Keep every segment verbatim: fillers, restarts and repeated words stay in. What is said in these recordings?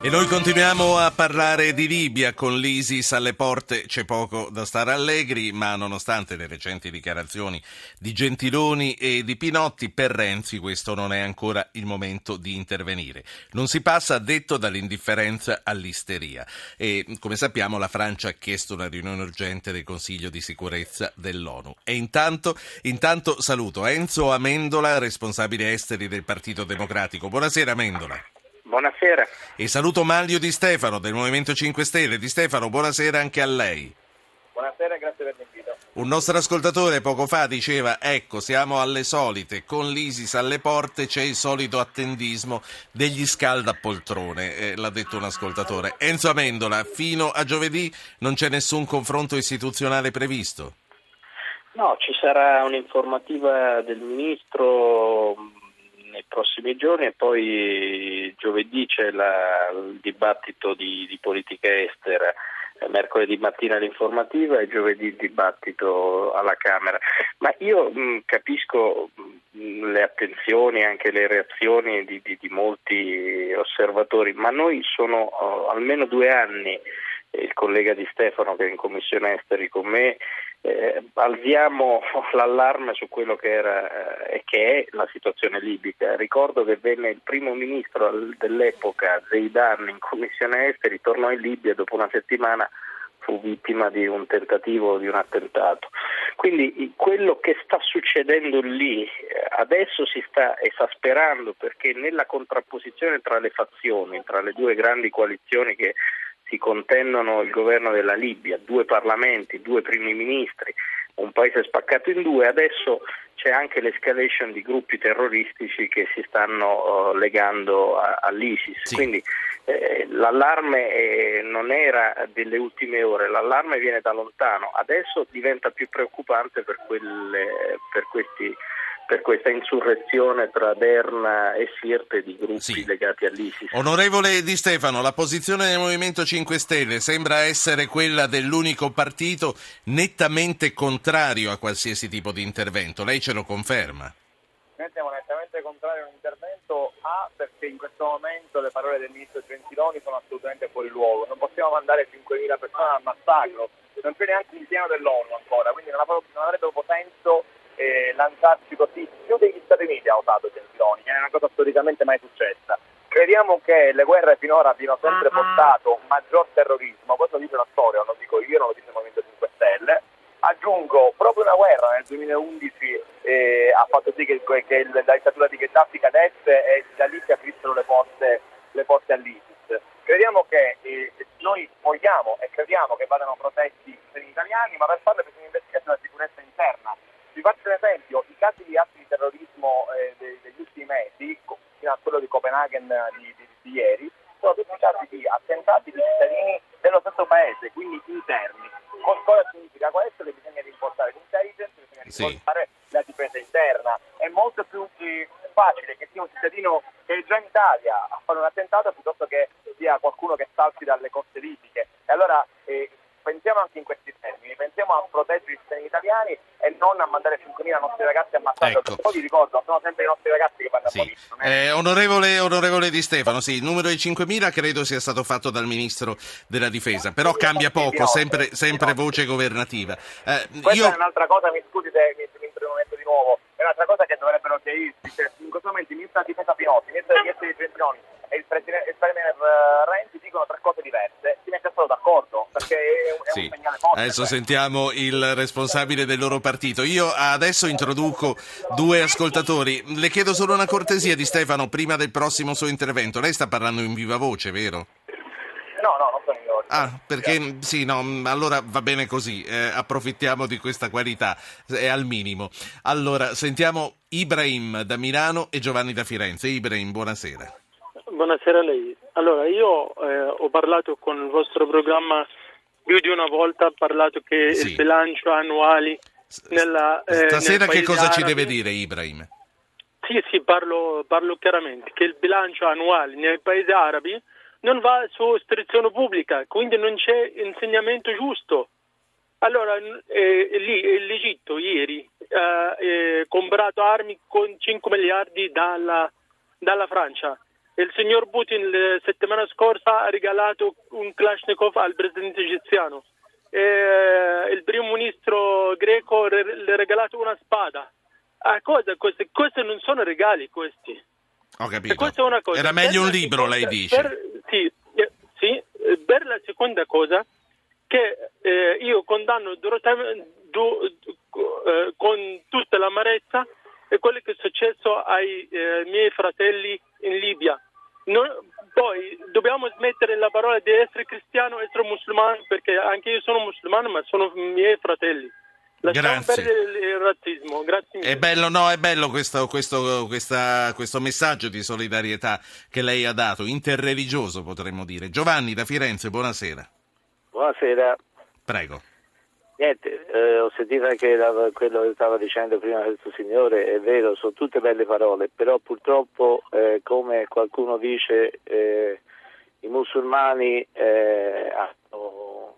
E noi continuiamo a parlare di Libia con l'ISIS alle porte. C'è poco da stare allegri, ma nonostante le recenti dichiarazioni di Gentiloni e di Pinotti, per Renzi questo non è ancora il momento di intervenire. Non si passa, detto, dall'indifferenza all'isteria. E come sappiamo la Francia ha chiesto una riunione urgente del Consiglio di sicurezza dell'ONU. E intanto, intanto saluto Enzo Amendola, responsabile esteri del Partito Democratico. Buonasera Amendola. Buonasera. E saluto Manlio Di Stefano del Movimento cinque Stelle. Di Stefano, buonasera anche a lei. Buonasera, grazie per l'invito. Un nostro ascoltatore poco fa diceva, ecco, siamo alle solite, con l'ISIS alle porte c'è il solito attendismo degli scaldapoltrone, eh, l'ha detto un ascoltatore. Enzo Amendola, fino a giovedì non c'è nessun confronto istituzionale previsto? No, ci sarà un'informativa del Ministro nei prossimi giorni e poi giovedì c'è la, il dibattito di, di politica estera, mercoledì mattina l'informativa e giovedì il dibattito alla Camera. Ma io mh, capisco mh, le attenzioni, anche le reazioni di, di, di molti osservatori, ma noi sono oh, almeno due anni, il collega Di Stefano che è in commissione esteri con me, Eh, alziamo l'allarme su quello che era e eh, che è la situazione libica. Ricordo che venne il primo ministro dell'epoca, Zeidan, in commissione esteri, tornò in Libia e dopo una settimana fu vittima di un tentativo, di un attentato. Quindi quello che sta succedendo lì adesso si sta esasperando perché nella contrapposizione tra le fazioni, tra le due grandi coalizioni che si contendono il governo della Libia, due parlamenti, due primi ministri, un paese spaccato in due, adesso c'è anche l'escalation di gruppi terroristici che si stanno uh, legando a, all'ISIS. Sì. Quindi eh, l'allarme eh, non era delle ultime ore, l'allarme viene da lontano, adesso diventa più preoccupante per, quelle, per questi per questa insurrezione tra Derna e Sirte di gruppi Sì. legati all'ISIS. Onorevole Di Stefano, la posizione del Movimento cinque Stelle sembra essere quella dell'unico partito nettamente contrario a qualsiasi tipo di intervento. Lei ce lo conferma? Noi siamo nettamente contrari a un intervento, A, perché in questo momento le parole del ministro Gentiloni sono assolutamente fuori luogo. Non possiamo mandare cinquemila persone al massacro, non c'è neanche il piano dell'ONU ancora, quindi non, av- non avrebbe proprio senso Eh, lanciarci così. Più degli Stati Uniti ha usato Gentiloni, che è una cosa storicamente mai successa. Crediamo che le guerre finora abbiano sempre portato un maggior terrorismo, questo dice la storia, non lo dico io, non lo dice il Movimento cinque Stelle. Aggiungo, proprio una guerra nel duemilaundici eh, ha fatto sì che, che il, la dittatura di Gheddafi cadesse e da lì si aprissero le porte, le porte all'ISIS. Crediamo che eh, noi vogliamo e crediamo che vadano protetti i cittadini italiani, ma per farlo bisogna investire sulla sicurezza interna. Vi faccio un esempio, i casi di atti di terrorismo eh, degli, degli ultimi mesi, fino a quello di Copenaghen di, di, di ieri, sono tutti casi di attentati di cittadini dello stesso paese, quindi interni. Cosa significa questo? Che bisogna rinforzare l'intelligence, bisogna rinforzare sì. la difesa interna. È molto più eh, facile che sia un cittadino che è già in Italia a fare un attentato piuttosto che sia qualcuno che salti dalle coste libiche. E allora eh, pensiamo anche in questi termini, pensiamo a proteggere i cittadini italiani e non a mandare cinquemila nostri ragazzi ammazzati. Ecco. Poi vi ricordo, sono sempre i nostri ragazzi che vanno sì. a morire. È... Eh, onorevole, onorevole Di Stefano, sì, il numero di cinquemila credo sia stato fatto dal Ministro della Difesa, però cambia poco, sempre, sempre voce governativa. Eh, Questa io... è un'altra cosa, mi scusi se mi, mi intrometto di nuovo, è un'altra cosa che dovrebbero chiarirsi, cioè, in questo momento il Ministro della Difesa Pinotti, il Ministro degli Esteri Gentiloni e il, presidente, il Premier Renzi dicono tre cose diverse, si mettessero d'accordo, perché è, è sì. un segnale forte. Adesso sentiamo il responsabile del loro partito. Io adesso introduco due ascoltatori. Le chiedo solo una cortesia Di Stefano prima del prossimo suo intervento. Lei sta parlando in viva voce, vero? No, no, non sono io. Ah, perché sì, no, allora va bene così, eh, approfittiamo di questa qualità, è al minimo. Allora, sentiamo Ibrahim da Milano e Giovanni da Firenze. Ibrahim, buonasera. Buonasera a lei. Allora, io eh, ho parlato con il vostro programma più di una volta, ho parlato che sì. il bilancio annuale nella eh, Stasera nel che cosa arabi, ci deve dire Ibrahim? Sì, sì, parlo, parlo chiaramente, che il bilancio annuale nei paesi arabi non va su istruzione pubblica, quindi non c'è insegnamento giusto. Allora, eh, lì l'Egitto ieri ha eh, comprato armi con cinque miliardi dalla, dalla Francia. il signor Putin la settimana scorsa ha regalato un Kalashnikov al presidente egiziano. E il primo ministro greco le ha regalato una spada. Ah, cosa, queste, questi non sono regali questi. Ho capito. Questa è una cosa. Era meglio per un libro, seconda, lei dice. Per, sì, eh, sì, per la seconda cosa, che eh, io condanno duramente, du, du, eh, con tutta l'amarezza è quello che è successo ai eh, miei fratelli in Libia. Non, poi dobbiamo smettere la parola di essere cristiano, essere musulmano, perché anche io sono musulmano, ma sono miei fratelli. Lasciamo Grazie. perdere il razzismo. Grazie mille. È bello, no, è bello questo, questo, questa, questo messaggio di solidarietà che lei ha dato, interreligioso potremmo dire. Giovanni da Firenze, buonasera. Buonasera. Prego. Niente, eh, ho sentito anche la, quello che stava dicendo prima questo signore, è vero, sono tutte belle parole, però purtroppo, eh, come qualcuno dice, eh, i musulmani eh, hanno,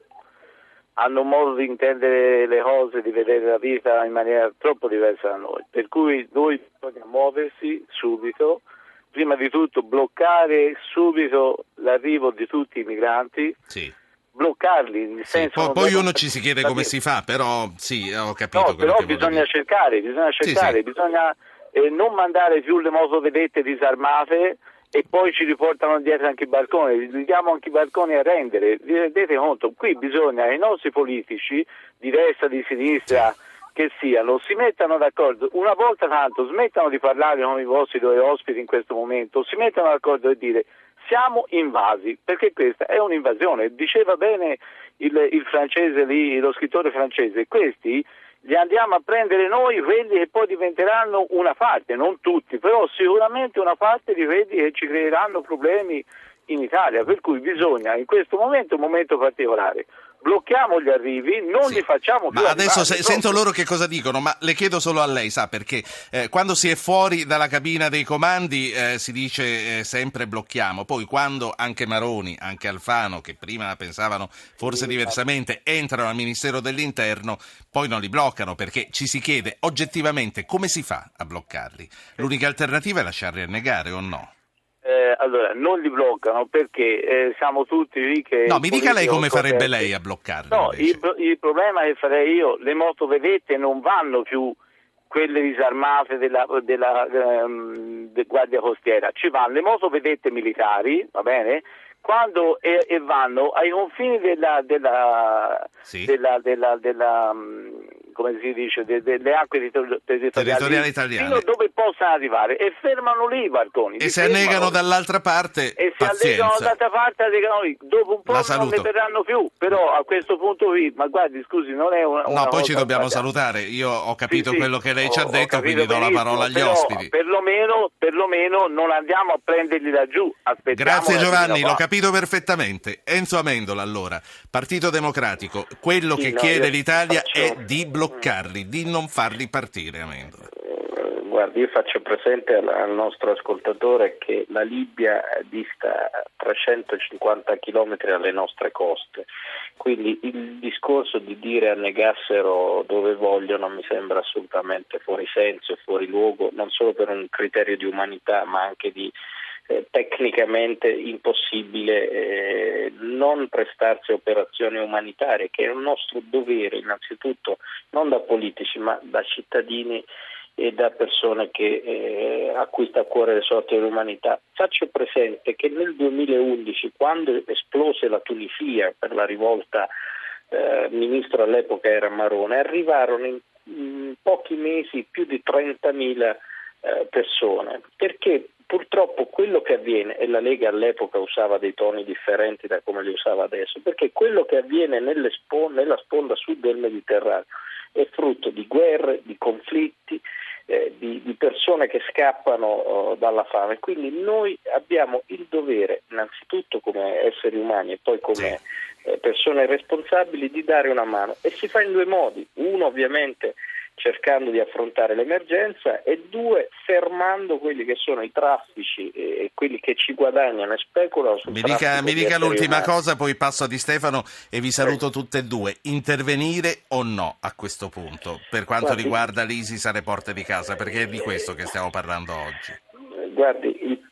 hanno un modo di intendere le cose, di vedere la vita in maniera troppo diversa da noi, per cui noi bisogna muoversi subito, prima di tutto bloccare subito l'arrivo di tutti i migranti. Sì. Bloccarli, nel Sì, senso poi, poi uno ci si chiede come si fa, però sì, ho capito. No, però che bisogna cercare, bisogna cercare, sì, sì. bisogna eh, non mandare più le motovedette disarmate e poi ci riportano dietro anche i barconi, li diamo anche i barconi a rendere. Vi rendete conto? Qui bisogna i nostri politici di destra, di sinistra, sì, che siano, si mettano d'accordo, una volta tanto smettano di parlare con i vostri due ospiti in questo momento, si mettano d'accordo e dire siamo invasi, perché questa è un'invasione. Diceva bene il, il francese lì, lo scrittore francese, questi li andiamo a prendere noi, quelli che poi diventeranno una parte, non tutti, però sicuramente una parte di quelli che ci creeranno problemi in Italia, per cui bisogna in questo momento, un momento particolare, blocchiamo gli arrivi, non sì, li facciamo più ma adesso arrivare, se, sento loro che cosa dicono, ma le chiedo solo a lei, sa, perché eh, quando si è fuori dalla cabina dei comandi eh, si dice eh, sempre blocchiamo, poi quando anche Maroni, anche Alfano, che prima pensavano forse diversamente, entrano al Ministero dell'Interno, poi non li bloccano, perché ci si chiede oggettivamente come si fa a bloccarli. L'unica alternativa è lasciarli annegare o no? Eh, allora, non li bloccano perché eh, siamo tutti lì che... No, mi dica lei come farebbe corretti. lei a bloccarli. No, il, il problema che farei io, le motovedette non vanno più quelle disarmate della, della um, de Guardia Costiera, ci vanno le motovedette militari, va bene? Quando e, e vanno ai confini della della sì. della, della, della um, come si dice, de, de, delle acque territoriali, territoriali italiane, fino dove possano arrivare, e fermano lì i barconi. E se annegano dall'altra parte, e se pazienza. annegano dall'altra parte, annegano lì. Dopo un po' non ne verranno più, però a questo punto qui, ma guardi, scusi, non è una, una No, poi cosa ci dobbiamo sbagliata. salutare. Io ho capito sì, sì, quello che lei ho, ci ha detto, quindi do la parola agli però, ospiti. Perlomeno, perlomeno non andiamo a prenderli laggiù. Grazie Giovanni, l'ho capito perfettamente. Enzo Amendola, allora, Partito Democratico, quello sì, che no, chiede l'Italia faccio... è di bloccarli, di non farli partire, Amendola. Guardi, io faccio presente al, al nostro ascoltatore che la Libia dista trecentocinquanta chilometri alle nostre coste, quindi il discorso di dire annegassero dove vogliono mi sembra assolutamente fuori senso e fuori luogo, non solo per un criterio di umanità ma anche di eh, tecnicamente impossibile eh, non prestarsi a operazioni umanitarie, che è un nostro dovere innanzitutto non da politici ma da cittadini e da persone che eh, a cui sta a cuore le sorti dell'umanità. Faccio presente che nel duemilaundici, quando esplose la Tunisia per la rivolta, eh, ministro all'epoca era Marone, arrivarono in, in pochi mesi più di trentamila eh, persone, perché purtroppo quello che avviene, e la Lega all'epoca usava dei toni differenti da come li usava adesso, perché quello che avviene nelle spon- nella sponda sud del Mediterraneo è frutto di guerre, di conflitti, eh, di, di persone che scappano oh, dalla fame. Quindi noi abbiamo il dovere, innanzitutto come esseri umani e poi come eh, persone responsabili, di dare una mano. E si fa in due modi. Uno, ovviamente, cercando di affrontare l'emergenza, e due, fermando quelli che sono i traffici e quelli che ci guadagnano e speculano sul mi traffico. Dica, mi dica l'ultima umani. cosa, poi passo a Di Stefano e vi saluto tutte e due. Intervenire o no a questo punto per quanto Guardi, riguarda l'ISIS alle porte di casa, perché è di questo che stiamo parlando oggi. Guardi, il, il punto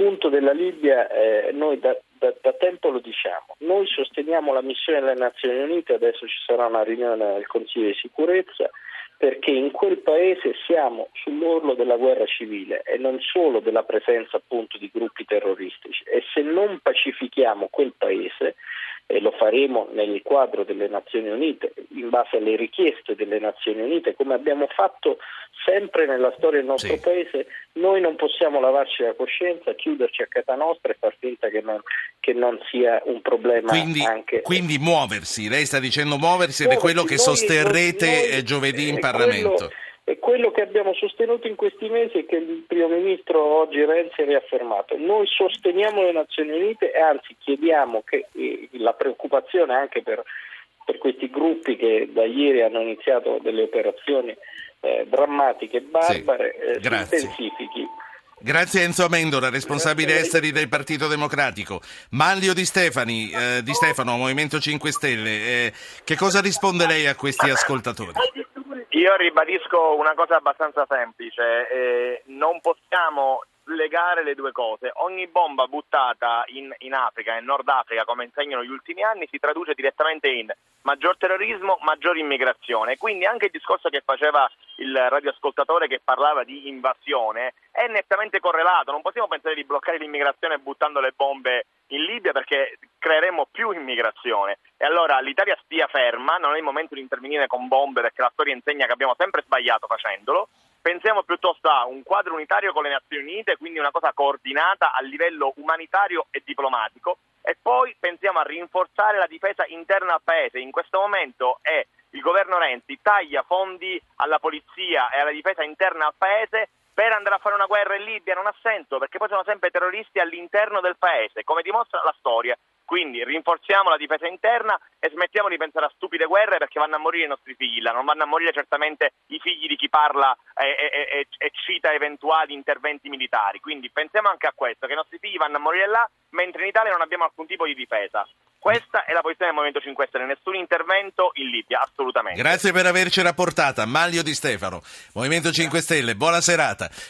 punto della Libia, eh, noi da, da, da tempo lo diciamo, noi sosteniamo la missione delle Nazioni Unite, adesso ci sarà una riunione del Consiglio di sicurezza, perché in quel paese siamo sull'orlo della guerra civile e non solo della presenza appunto di gruppi terroristici, e se non pacifichiamo quel paese, e lo faremo nel quadro delle Nazioni Unite, in base alle richieste delle Nazioni Unite, come abbiamo fatto sempre nella storia del nostro sì. paese, noi non possiamo lavarci la coscienza, chiuderci a casa nostra e far finta che non, che non sia un problema. Quindi, anche. Quindi muoversi, lei sta dicendo muoversi, muoversi ed è quello che noi, sosterrete noi, noi, giovedì in Parlamento. Quello, E quello che abbiamo sostenuto in questi mesi e che il primo ministro oggi Renzi ha riaffermato. Noi sosteniamo le Nazioni Unite e anzi chiediamo che eh, la preoccupazione anche per, per questi gruppi che da ieri hanno iniziato delle operazioni eh, drammatiche e barbare sì, eh, si intensifichi. Grazie Enzo Amendola, responsabile esteri del Partito Democratico. Manlio Di Stefani, eh, Di Stefano, Movimento cinque Stelle, eh, che cosa risponde lei a questi ascoltatori? Io ribadisco una cosa abbastanza semplice, eh, non possiamo legare le due cose. Ogni bomba buttata in, in Africa, in Nord Africa, come insegnano gli ultimi anni, si traduce direttamente in maggior terrorismo, maggior immigrazione. Quindi anche il discorso che faceva il radioascoltatore che parlava di invasione è nettamente correlato. Non possiamo pensare di bloccare l'immigrazione buttando le bombe in Libia, perché creeremo più immigrazione. E allora l'Italia stia ferma, non è il momento di intervenire con bombe, perché la storia insegna che abbiamo sempre sbagliato facendolo. Pensiamo piuttosto a un quadro unitario con le Nazioni Unite, quindi una cosa coordinata a livello umanitario e diplomatico, e poi pensiamo a rinforzare la difesa interna al Paese. In questo momento è il governo Renzi taglia fondi alla polizia e alla difesa interna al Paese per andare a fare una guerra in Libia. Non ha senso, perché poi sono sempre terroristi all'interno del Paese, come dimostra la storia. Quindi rinforziamo la difesa interna e smettiamo di pensare a stupide guerre, perché vanno a morire i nostri figli là, non vanno a morire certamente i figli di chi parla e, e, e, e cita eventuali interventi militari. Quindi pensiamo anche a questo, che i nostri figli vanno a morire là, mentre in Italia non abbiamo alcun tipo di difesa. Questa è la posizione del Movimento cinque Stelle, nessun intervento in Libia, assolutamente. Grazie per averci rapportata. Manlio Di Stefano, Movimento cinque Stelle, buona serata.